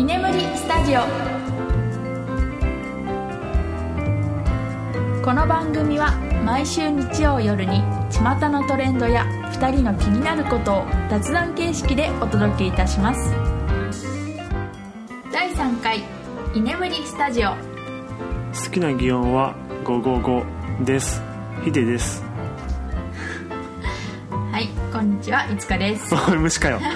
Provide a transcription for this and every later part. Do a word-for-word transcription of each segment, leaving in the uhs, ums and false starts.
居眠りスタジオ。この番組は毎週日曜夜に巷のトレンドやふたりの気になることを雑談形式でお届けいたします。だいさんかい居眠りスタジオ。 好きな擬音はごごごです。ヒデです。 はい、こんにちは、いつかです。 おい、虫かよ。はい、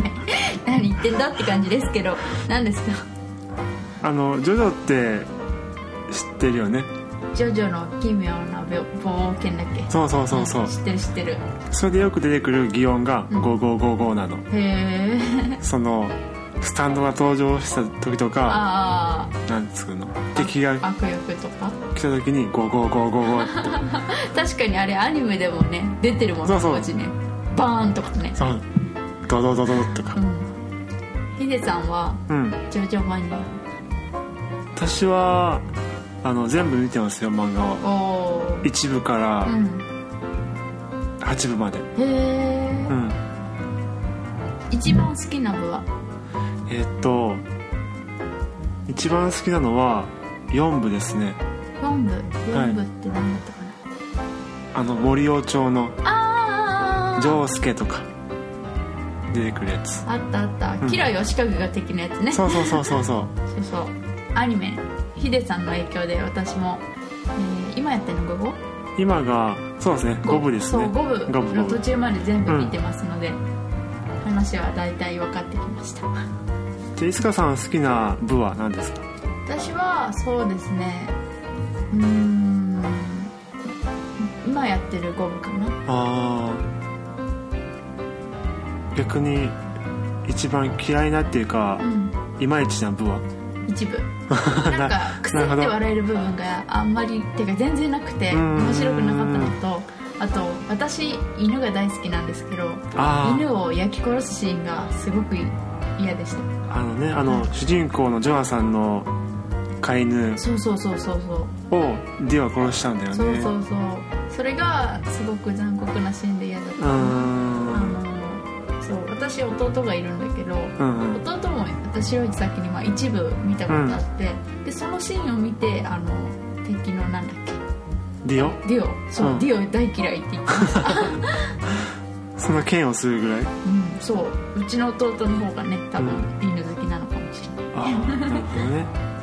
何言ってんだって感じですけど、何ですか？ あのジョジョって知ってるよね。 ジョジョの奇妙な冒険だっけ？ そうそうそうそう、 うん、知ってる知ってる。それでよく出てくる擬音がごごごごなの、うん、 へえ。 そのスタンドが登場した時とか、あなんつうの、敵が悪役とか来た時にごごごごごって確かにあれアニメでもね出てるもんね。そうそう、文字ね、バーンとかね、 そう、ドドドドとか、うん、 ヒデさんは、うん、ジョジョマニア？ 私はあの全部見てますよ、漫画は。いち部からはち部まで。へえ、うん、 一番好きな部は？ えー、っと一番好きなのはよん部ですね。 よん部？ よん 部って何だったかな、 はい、あの森尾町の丈介とか出てくるやつ。 あったあった、うん、キラヨシカゲが的なやつね。 そうそうそうそうそうそうそう、アニメヒデさんの影響で私も、えー、今やってるのごご？ 今がそうですね、ご部ですね。 そう、ご部の途中まで全部見てますので、うん、話は大体分かってきました。 じゃあ、いつかさん好きな部は何ですか？ 私はそうですね、うーん、今やってるご部かな。あ、 逆に一番嫌いなっていうか、うん、いまいちな部は？ 一部なんか腐って笑える部分があんまりっていうか全然なくて面白くなかったのと、あと私犬が大好きなんですけど、犬を焼き殺すシーンがすごく嫌でした。 あのね、あの、はい、主人公のジョアさんの飼い犬、 そうそうそうそうそうをディは殺したんだよね。 そうそうそう、それがすごく残酷なシーンで嫌だった。あのそう、私弟がいるんだけど、うんうん、弟も私より先にまあ一部見たことあって、うん、でそのシーンを見て、あの敵のなんだっけ、 ディオディオそう、うん、ディオ大嫌いって言ってましたその剣をするぐらい、うん、 そう、うちの弟の方がね多分犬好きなのかもしれない、うん、あ、なるほどね。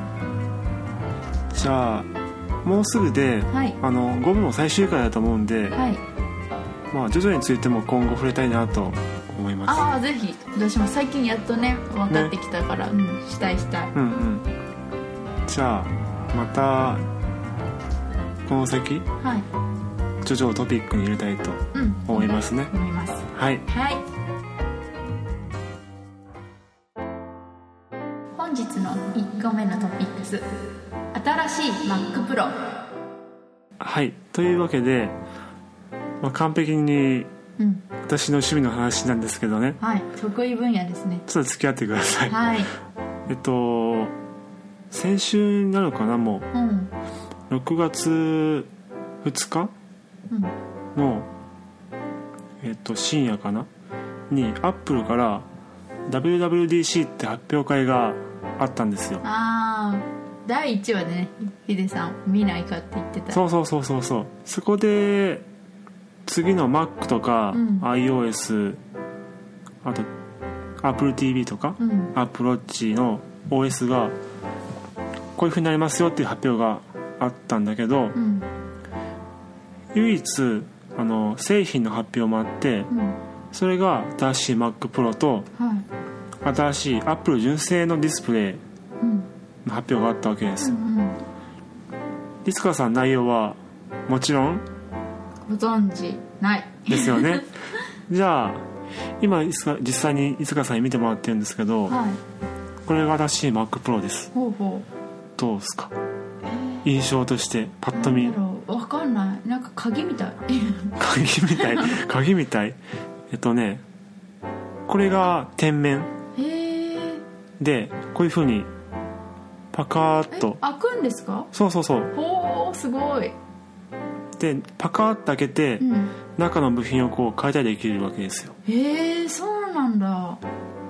じゃあもうすぐで、はい、あのご部の最終回だと思うんで、はい、まあ徐々についても今後触れたいなと思います。 ああ、ぜひ。私も最近やっとね分かってきたから、ね、うん、したいしたい。うんうん。 じゃあまたこの先、はい、ジョジョをトピックに入れたいと思いますね。 うん、思います。 はい。 はい。本日のいっこめのトピックス、新しい Mac Pro。 はい。というわけで、まあ、完璧に、うん、私の趣味の話なんですけどね。 はい、得意分野ですね。 ちょっと付き合ってください。 はい。 えっと先週になるかな、もう、うん、ろくがつふつかの、うん、えっと深夜かなにアップルから ダブリューダブリューディーシー って発表会があったんですよ。 ああ、だいいちわでね、ヒデさん見ないかって言ってた。 そうそうそうそうそう。そこで次の Mac とか、うん、iOS、 あと Apple ティーブイ とか、うん、Apple Watch の オーエス がこういう風になりますよっていう発表があったんだけど、うん、唯一あの製品の発表もあって、うん、それが新しい Mac Pro と、はい、新しい Apple 純正のディスプレイの発表があったわけです。うんうん、いつかさん、内容はもちろんご存知ないですよね。じゃあ今実際にいつかさんに見てもらってるんですけど、はい、これが新しい Mac Pro です。 ほうほう。 どうですか、えー、印象としてパッと見。 なんだろう、分かんない。なんか鍵みたい鍵みたい鍵みたい。えっとね、これが天面で、こういう風にパカーッと開くんですか？ そうそうそう。 おー、すごい。 でパカーッと開けて、うん、中の部品をこう変えたりできるわけですよ。 へえ、そうなんだ。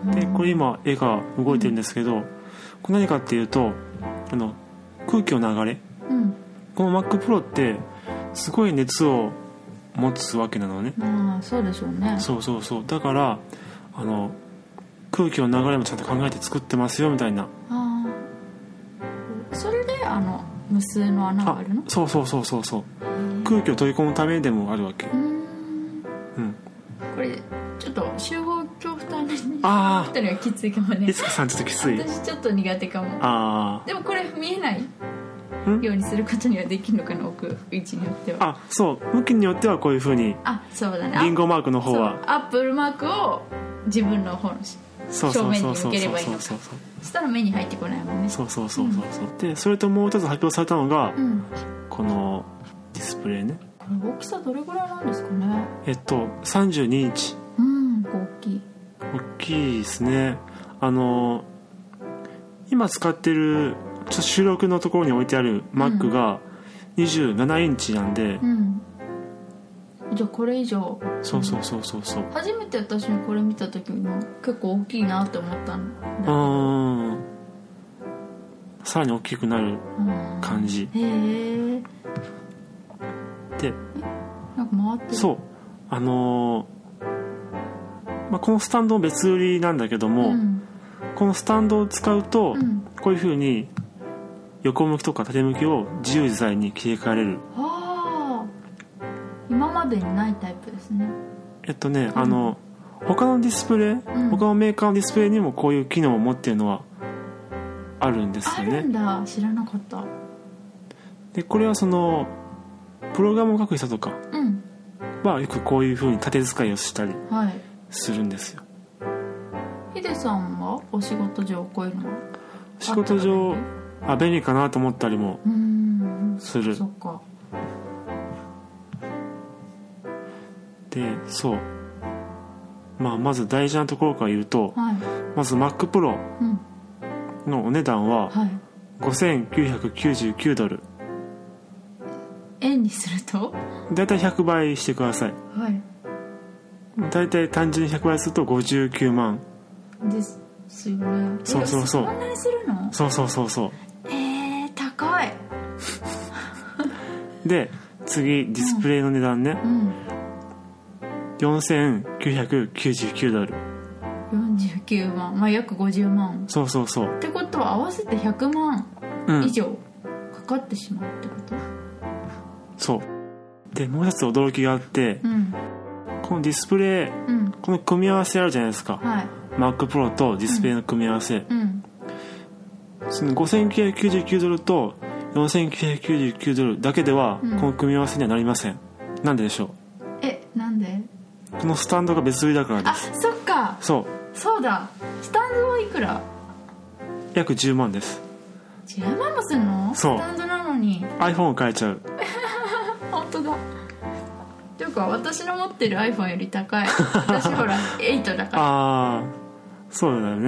でこれ今絵が動いてるんですけど、うん、これ何かっていうとあの空気の流れ、うん、この Mac Pro ってすごい熱を持つわけなのね。 ああそうでしょうね。 そうそうそう、だからあの空気の流れもちゃんと考えて作ってますよみたいな。 ああそれであの無数の穴があるの？ あそうそうそうそうそう、空気を取り込むためでもあるわけ。うーん、 うん、これちょっと集合恐怖体に人にはきついかもね。 いつかさんちょっときつい。 私ちょっと苦手かも。 あでもこれ見えないようにすることにはできるのかな、置く位置によっては。 あそう向きによってはこういう風に。 あそうだね、 リンゴマークの方はアップルマークを自分の方の正面に向ければいいのか。そしたら目に入ってこないもんね。 そうそうそうそうそう、うん、でそれともう一つ発表されたのが、うん、このディスプレイね。 これ大きさどれぐらいなんですかね。 えっとさんじゅうにインチ。 うん大きい大きいですね。あの今使ってるちょ収録のところに置いてある Mac がにじゅうななインチなんで、うん、 じゃあこれ以上。 そうそうそうそうそう、 初めて私にこれ見た時も結構大きいなって思ったんだけど、 うん、さらに大きくなる感じ。 へえ。 でなんか回ってる。 そうあのーまあ、このスタンドも別売りなんだけども、うん、このスタンドを使うと、うん、こういう風に横向きとか縦向きを自由自在に切り替えれる。 ああ今までにないタイプですね。 えっとね、うん、あの他のディスプレイ、うん、他のメーカーのディスプレイにもこういう機能を持っているのはあるんですよね。 あるんだ、知らなかった。 でこれはそのプログラムを書く人とかはよくこういう風に縦使いをしたりするんですよ。 ヒデさんはお仕事上こういうのは仕事上あ便利かなと思ったりもする。 そっか。 でそう、まあ、まず大事なところから言うと、はい、まず Mac Pro のお値段はごせんきゅうひゃくきゅうじゅうきゅうドル、 円にするとだいたいひゃくばいしてください。 はい。 だいたい単純にひゃくばいするとごじゅうきゅうまんですよね。 そうそうそう。 そんなにするの？ そうそうそうそう。 えー、高い。 で次ディスプレイの値段ね、うんうん、よんせんきゅうひゃくきゅうじゅうきゅうドル、よんじゅうきゅうまん、まあ約ごじゅうまん。 そうそうそう。 ってことは合わせてひゃくまん以上かかってしまうってこと、うん、 そうでもう一つ驚きがあって、うん、このディスプレイ、うん、この組み合わせあるじゃないですか、はい、Mac Pro とディスプレイの組み合わせ、うん、そのごせんきゅうひゃくきゅうじゅうきゅうドルとよんせんきゅうひゃくきゅうじゅうきゅうドルだけでは、うん、この組み合わせにはなりません。なんででしょう？ え、なんで？ このスタンドが別売りだからです。 あ、そっか。 そうそうだ。スタンドはいくら？ 約じゅうまんです。 じゅうまんもすんの？ そう。 スタンドなのに iPhone を買えちゃう。 本当だ。というか私の持ってる iPhone より高い。私ほらエイトだから。 ああ、そうだよね、うん、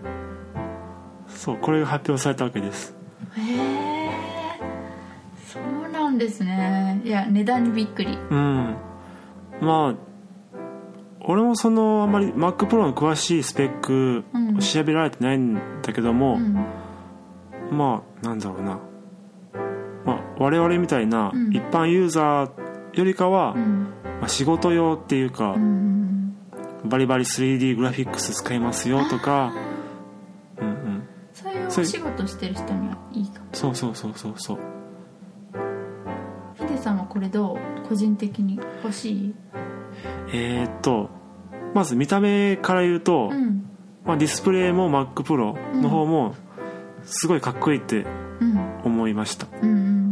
そうこれが発表されたわけです。 へえ、そうなんですね。いや値段にびっくり。 うん、まあ俺もそのあんまり Mac Pro の詳しいスペックを調べられてないんだけども、うん、まあなんだろうな、まあ、我々みたいな一般ユーザーよりかは、うんまあ、仕事用っていうか、うん、バリバリ スリーディー グラフィックス使いますよとか、うんうん、 そういうお仕事してる人にはいいかも。 そうそうそうそうそう。 ヒデさんはこれどう？個人的に欲しい？ えー、っとまず見た目から言うと、うんまあ、ディスプレイも Mac Pro の方もすごいかっこいいって思いました、うんうん、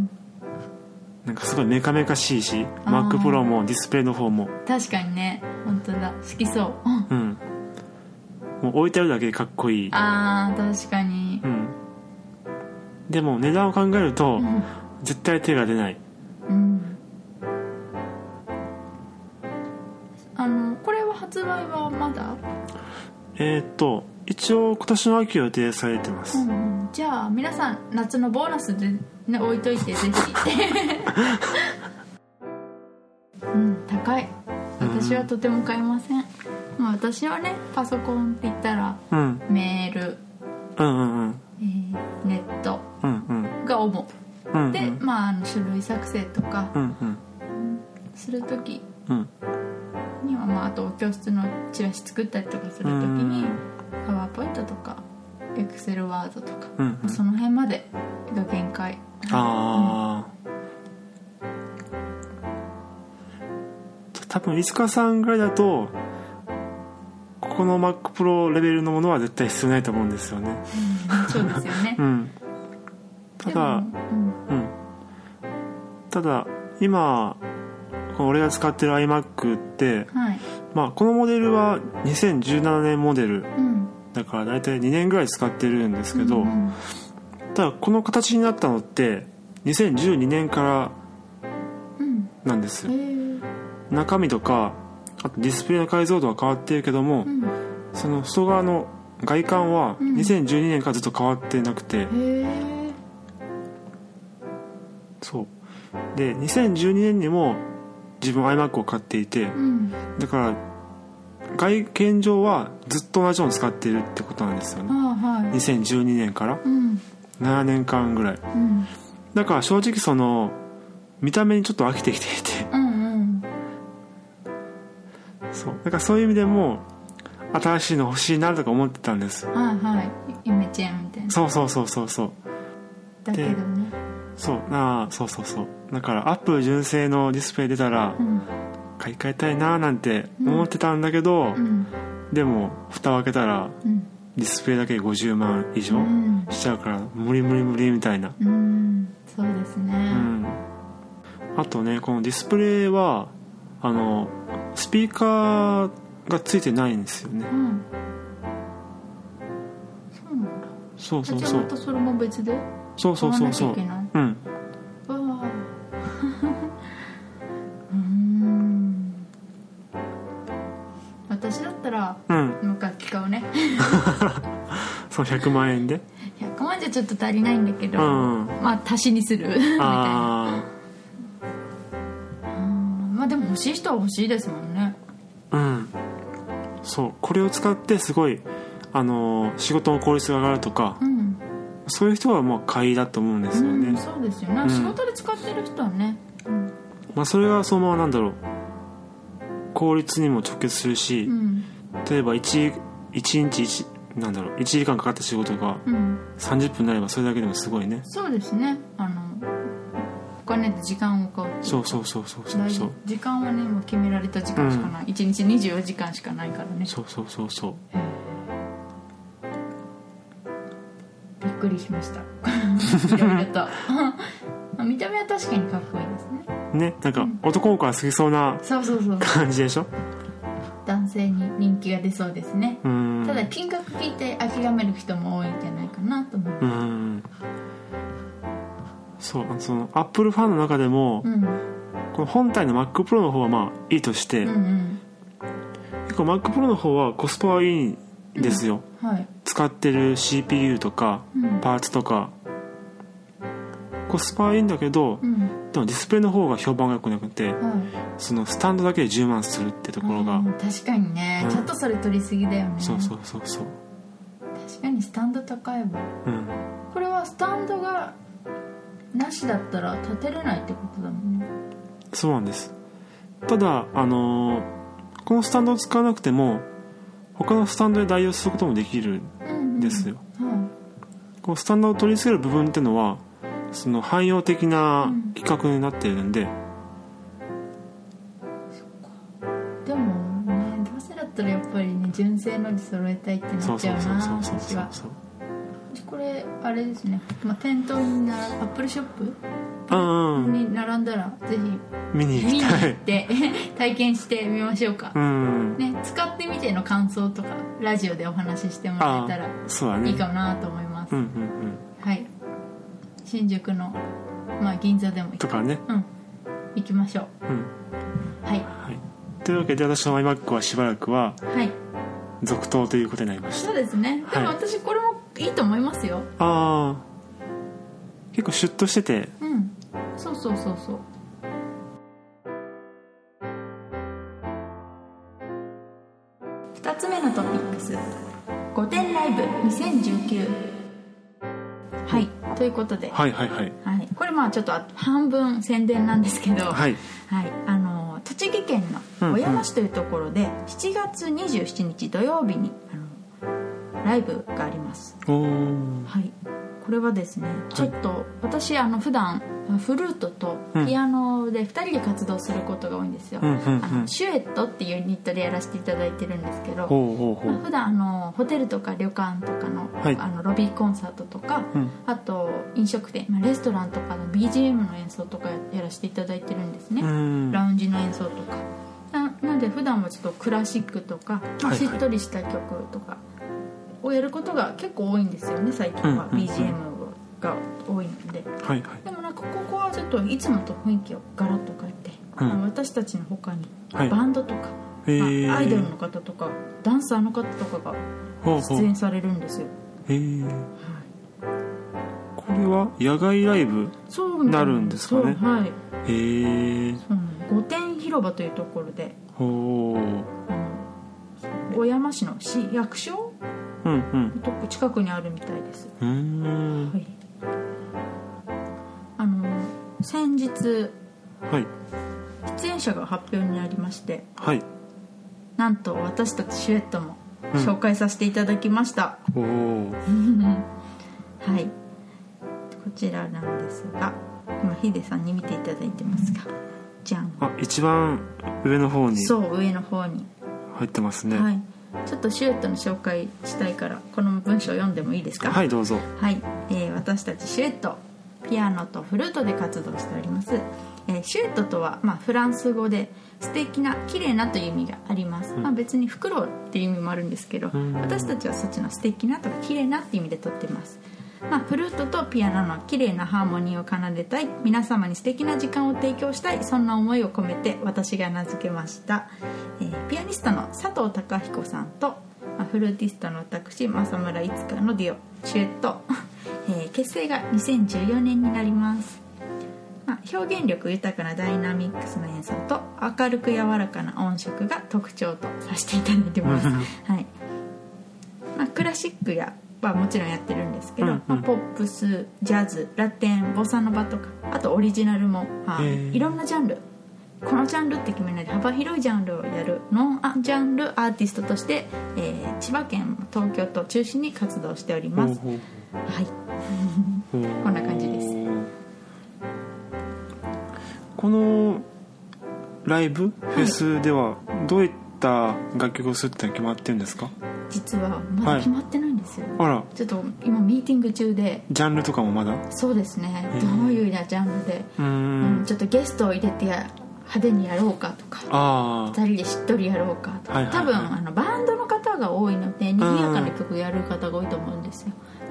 なんかすごいメカメカしいし Mac Pro もディスプレイの方も確かにね、本当だ、好きそう、 うん、もう置いてあるだけでかっこいい。 あー確かに、うん、 でも値段を考えると、うん、絶対手が出ない、うん、 あのこれは発売はまだ？ えー、っと一応今年の秋予定されてます、うん、 じゃあ皆さん夏のボーナスで、ね、置いといてぜひうん高い、う私はとても買いません、まあ、私はねパソコンって言ったら、 うん、 メール、 うんうんうんえー、ネットが主、うんうん、で、まあ、あの書類作成とか、うんうん、する時には、まあ、あと教室のチラシ作ったりとかする時に、パワーポイントとかエクセルワードとか、うんうん、その辺までが限界。 ああ、うん、多分いつかさんぐらいだとここの Mac Pro レベルのものは絶対必要ないと思うんですよね、 うん、そうですよね、 うん、ただ、うんうん、ただ今俺が使ってる iMac って、はい、まあ、このモデルはにせんじゅうななねんモデル、うん、だから大体にねんぐらい使ってるんですけど、うんうん、ただこの形になったのってにせんじゅうにねんからなんです、うん、中身とかあとディスプレイの解像度は変わってるけども、うん、その外側の外観はにせんじゅうにねんからずっと変わってなくて、うん、そうでにせんじゅうにねんにも自分 iMac を買っていて、うん、だから外見上はずっと同じのを使ってるってことなんですよね、はい、にせんじゅうにねんからななねんかんぐらい、うん、だから正直その見た目にちょっと飽きてきていて、うんうん、そうだからそういう意味でも新しいの欲しいなとか思ってたんです。 はいはいイメチェンみたいな。 そうそうそうそうそうだけどねそうあそうそうそうだからアップル純正のディスプレイ出たら、うん、買い替えたいななんて思ってたんだけど、うん、でも蓋を開けたら、うん、ディスプレイだけでごじゅうまん以上しちゃうから、無理無理無理みたいな、 うん、そうですね、うん、 あとねこのディスプレイはあのスピーカーがついてないんですよね、うん、 そうなんだ。 そうそうそう。 じゃあまたそれも別でそうそうそうそう。うん。 うわうーん私だったら、うん、もう楽器買うねそうひゃくまんえんでひゃくまんじゃちょっと足りないんだけど、うん、まあ足しにするみたいな。まあでも欲しい人は欲しいですもんね。 うん、そうこれを使ってすごいあの仕事の効率が上がるとか、うん、そういう人はもう買いだと思うんですよね、 うん、そうですよね、うん、仕事で使ってる人はね、うんまあ、それがそのままなんだろう効率にも直結するし、うん、例えば 1, 1日 1, なんだろういちじかんかかった仕事がさんじゅっぷんになればそれだけでもすごいね。 そうですねあのお金で時間を買うっていうそうそうそうそうそうそう時間はねもう決められた時間しかない、うん、いちにちにじゅうよじかんしかないからね。 そうそうそうそうびっくりしましたいろいろと見た目は確かにかっこいいですね。 ねなんか男の子は好きそうな感じでしょ。 男性に人気が出そうですね。うんただ金額聞いて諦める人も多いんじゃないかなと思います。うんそうそのアップルファンの中でも、うん、この本体の Mac Pro の方はまあいいとして、うんうん、結構 Mac Pro の方はコスパはいいんですよ、うんはい、使ってる シーピーユー とか、うん、パーツとかコスパはいいんだけど、うん、でもディスプレイの方が評判が良くなくて、はい、そのスタンドだけでじゅうまんするってところが、 うん、確かにね、うん、ちょっとそれ取りすぎだよね。 そうそうそうそう確かにスタンド高いわ、うん、これはスタンドがなしだったら立てれないってことだもんね。 そうなんです。ただあのー、このスタンドを使わなくても他のスタンドで代用することもできるんですよ、うんうんはい、このスタンドを取り付ける部分っていうのはその汎用的な規格になっているんで、うん、 そっか。でもねどうせだったらやっぱりね純正ので揃えたいってなっちゃうな私は。これあれですね、まあ、店頭にならアップルショップに並んだらぜひ見に行きたい、見に行って体験してみましょうか、うんね、使ってみての感想とかラジオでお話ししてもらえたらいいかなと思います、うんうんうん、はい新宿の、まあ、銀座でも行とかね、 うん、行きましょう、うんはい、はい、 というわけで私の iMac はしばらくは続投ということになりました。 そうですね。でも私これもいいと思いますよ。 ああ結構シュッとしててうんそうそうそうそうふたつめのトピックス、ごてんライブにせんじゅうきゅう。はい、ということで、 はいはいはい、 はい、これまあちょっと半分宣伝なんですけど、 はいはい、あの栃木県の小山市というところで、うんうん、しちがつにじゅうしちにち土曜日にあのライブがあります。 お、 はい、これはですね、ちょっと、はい、私あの普段フルートとピアノでふたりで活動することが多いんですよ、うんうんうん、あのシュエットっていうユニットでやらせていただいてるんですけど、 ほうほうほう、 まあ、普段あのホテルとか旅館とか の,、はい、あのロビーコンサートとか、うん、あと飲食店、まあ、レストランとかの ビージーエム の演奏とかやらせていただいてるんですね、うん、ラウンジの演奏とか な, なので普段はちょっとクラシックとか、まあ、しっとりした曲とかをやることが結構多いんですよね最近は、うんうんうん、ビージーエム が多いので、 はいはい、 でもなんかここはちょっといつもと雰囲気をガラッと変えて、うん、私たちの他にバンドとか、はい、まあ、アイドルの方とかダンサーの方とかが出演されるんですよ。 へー、はい、これは野外ライブになるんですかね。 そう、はい、 へー、 御殿広場というところで、 ほう、小山市の市役所、うんうん、近くにあるみたいです。 うーん、 はい、あの先日、 はい、 出演者が発表になりまして、 はい、 なんと私たちシュエットも紹介させていただきました、 うん、おはい、こちらなんですが、今ヒデさんに見ていただいてますが、じゃん、 あ、一番上の方に、 そう上の方に入ってますね。 はい、ちょっとシュエットの紹介したいからこの文章を読んでもいいですか。 はい、どうぞ。 はい、えー、私たちシュエット、ピアノとフルートで活動しております、えー、シュエットとは、まあ、フランス語で素敵な綺麗なという意味があります、うん、まあ、別にフクロウっていう意味もあるんですけど、うん、私たちはそっちの素敵なとか綺麗なっていう意味でとってます。まあ、フルートとピアノの綺麗なハーモニーを奏でたい、皆様に素敵な時間を提供したい、そんな思いを込めて私が名付けました、えー、ピアニストの佐藤孝彦さんと、まあ、フルーティストの私正村いつかのデュオシュエット、えー、結成がにせんじゅうよねんになります、まあ、表現力豊かなダイナミックスな演奏と明るく柔らかな音色が特徴とさせていただいてます、はい、まあ、クラシックやはもちろんやってるんですけど、うんうん、まあ、ポップス、ジャズ、ラテン、ボサノバとか、あとオリジナルも、まあ、いろんなジャンル、このジャンルって決めないで幅広いジャンルをやるノンジャンルアーティストとして、えー、千葉県、東京都中心に活動しております。はいこんな感じです。 このライブ、フェスではどういった楽曲をするって決まってるんですか。実はまだ決まってないんですよ、 はい、あら、 ちょっと今ミーティング中で、 ジャンルとかもまだ。 そうですね、どういうジャンルで、うん、うん、ちょっとゲストを入れてや派手にやろうかとか、 あふたりでしっとりやろうかとか、はいはいはい、多分あのバンドの方が多いので賑やかな曲やる方が多いと思うんですよ。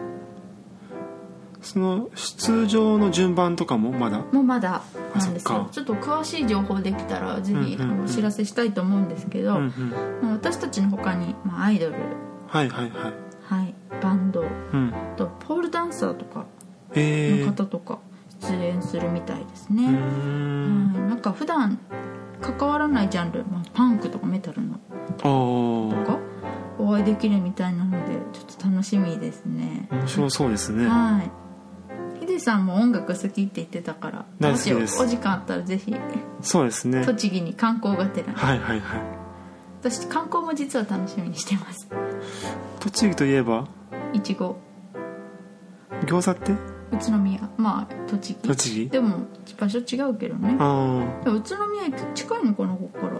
その出場の順番とかもまだもうまだなんですよ。ちょっと詳しい情報できたらぜひ、うんうんうん、あのお知らせしたいと思うんですけど、うんうん、私たちの他に、まあ、アイドル、 はいはいはい、 はい、バンド、うん、とポールダンサーとかの方とか出演するみたいですね。うん、なんか普段関わらないジャンル、まあ、パンクとかメタルのとかお会いできるみたいなのでちょっと楽しみですね。 面白そうですね。 はい、ヒデさんも音楽好きって言ってたから大好きです。 お時間あったらぜひ。 そうですね、 栃木に観光がてら、 はいはいはい、 私観光も実は楽しみにしてます。 栃木といえばいちご、 餃子って宇都宮、まあ栃木、 栃木でも場所違うけどね。 あ、 宇都宮って近いのかな、ここから。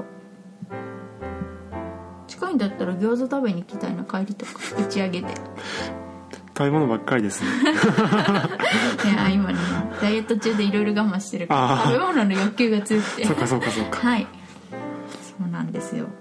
近いんだったら餃子食べに行きたいな、帰りとか打ち上げて。 食べ物ばっかりですね。 いや今ねダイエット中でいろいろ我慢してるから食べ物の欲求が強くて。 そうかそうかそうか。 はい、そうなんですよ。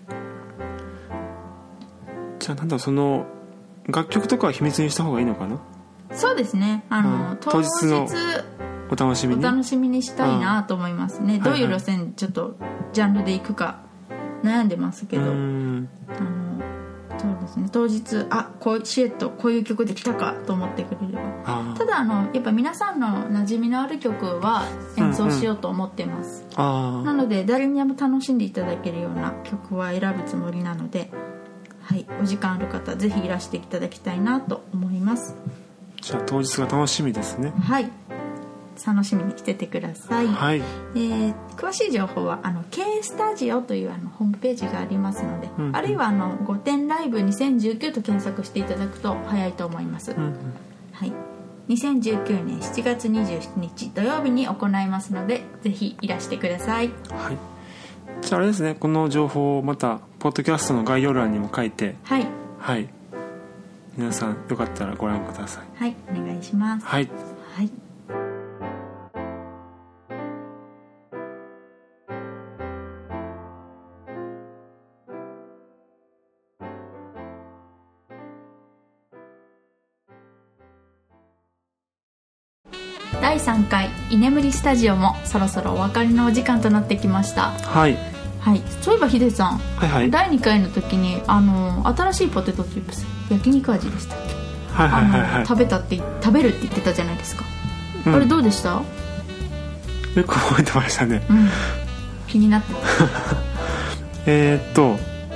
じゃあなんだろう、その楽曲とかは秘密にした方がいいのかな。 そうですね、あの、うん、当日のお楽しみにお楽しみにしたいなと思いますね。どういう路線ちょっとジャンルで行くか悩んでますけど、うん、あのそうですね、当日あこうシエットこういう曲で来たかと思ってくれればただあのやっぱ皆さんの馴染みのある曲は演奏しようと思ってます、うんうん、なので誰にも楽しんでいただけるような曲は選ぶつもりなので、はい、お時間ある方ぜひいらしていただきたいなと思います。 じゃあ当日が楽しみですね。 はい、楽しみにしててください、 はい。 えー、詳しい情報はあの K スタジオというあのホームページがありますので、うんうん、あるいはあのごてんライブにせんじゅうきゅうと検索していただくと早いと思います、うんうん、はい、にせんじゅうきゅうねんしちがつにじゅうしちにち土曜日に行いますのでぜひいらしてください。 はい、じゃああれですね、この情報をまたポッドキャストの概要欄にも書いて、 はい、 はい、皆さんよかったらご覧ください。 はい、お願いします。 はい、 はい。だいさんかい居眠りスタジオもそろそろお別れのお時間となってきました。 はい、 はい、そういえばヒデさん、 はいはい、 だいにかいの時にあの新しいポテトチップス焼肉味でしたっけ、 はいはいはいはい、 あの食べたって食べるって言ってたじゃないですか、うん、あれどうでした？ よく覚えてましたね、 うん、気になってえっと、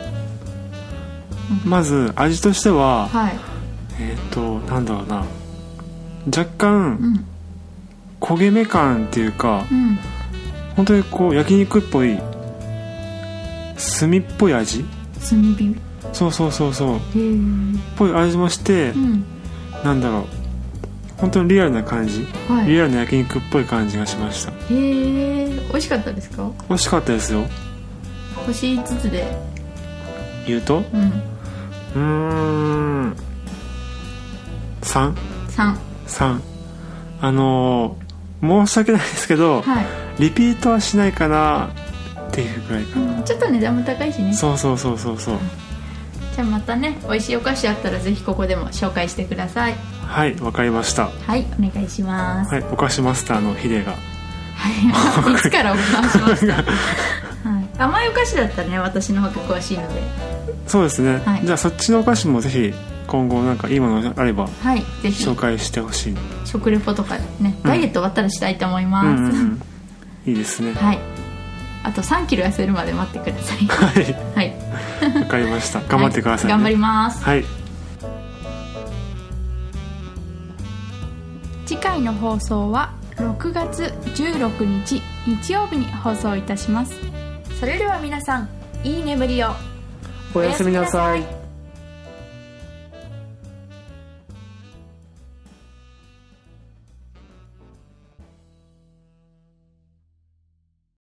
うん、まず味としては、 はい、 えっとなんだろうな、若干、うん、焦げ目感っていうか、うん、本当にこう焼肉っぽい炭っぽい味、 炭火、 そうそうそうそうっぽい味もして、うん、なんだろう、本当にリアルな感じ、はい、リアルな焼肉っぽい感じがしました。 へえ、美味しかったですか？ 美味しかったですよ。 星いつつで言うと、うん、うーん さん? さんさん、あのー、申し訳ないですけど、はい、リピートはしないかなっていうぐらいかな、 うん、ちょっと値段も高いしね。 そうそうそうそうそう、 じゃあまたね、美味しいお菓子あったらぜひここでも紹介してください。 はい、わかりました。 はい、お願いします。 はい、お菓子マスターのヒデがはい、いつからお願いしました、はい、甘いお菓子だったらね、私の方が詳しいので。 そうですね、はい、じゃあそっちのお菓子もぜひ今後なんかいいものあれば、はい、ぜひ紹介してほしい。 食レポとかね、ダイエット終わったらしたいと思います、うんうんうん、 いいですね。 はい、あとさんキロ痩せるまで待ってください。 はい、わ、はい、かりました。頑張ってください、ね、 はい、頑張ります。 はい、 次回の放送はろくがつじゅうろくにち日曜日に放送いたします。それでは皆さん、いい眠りを。 おやすみなさい。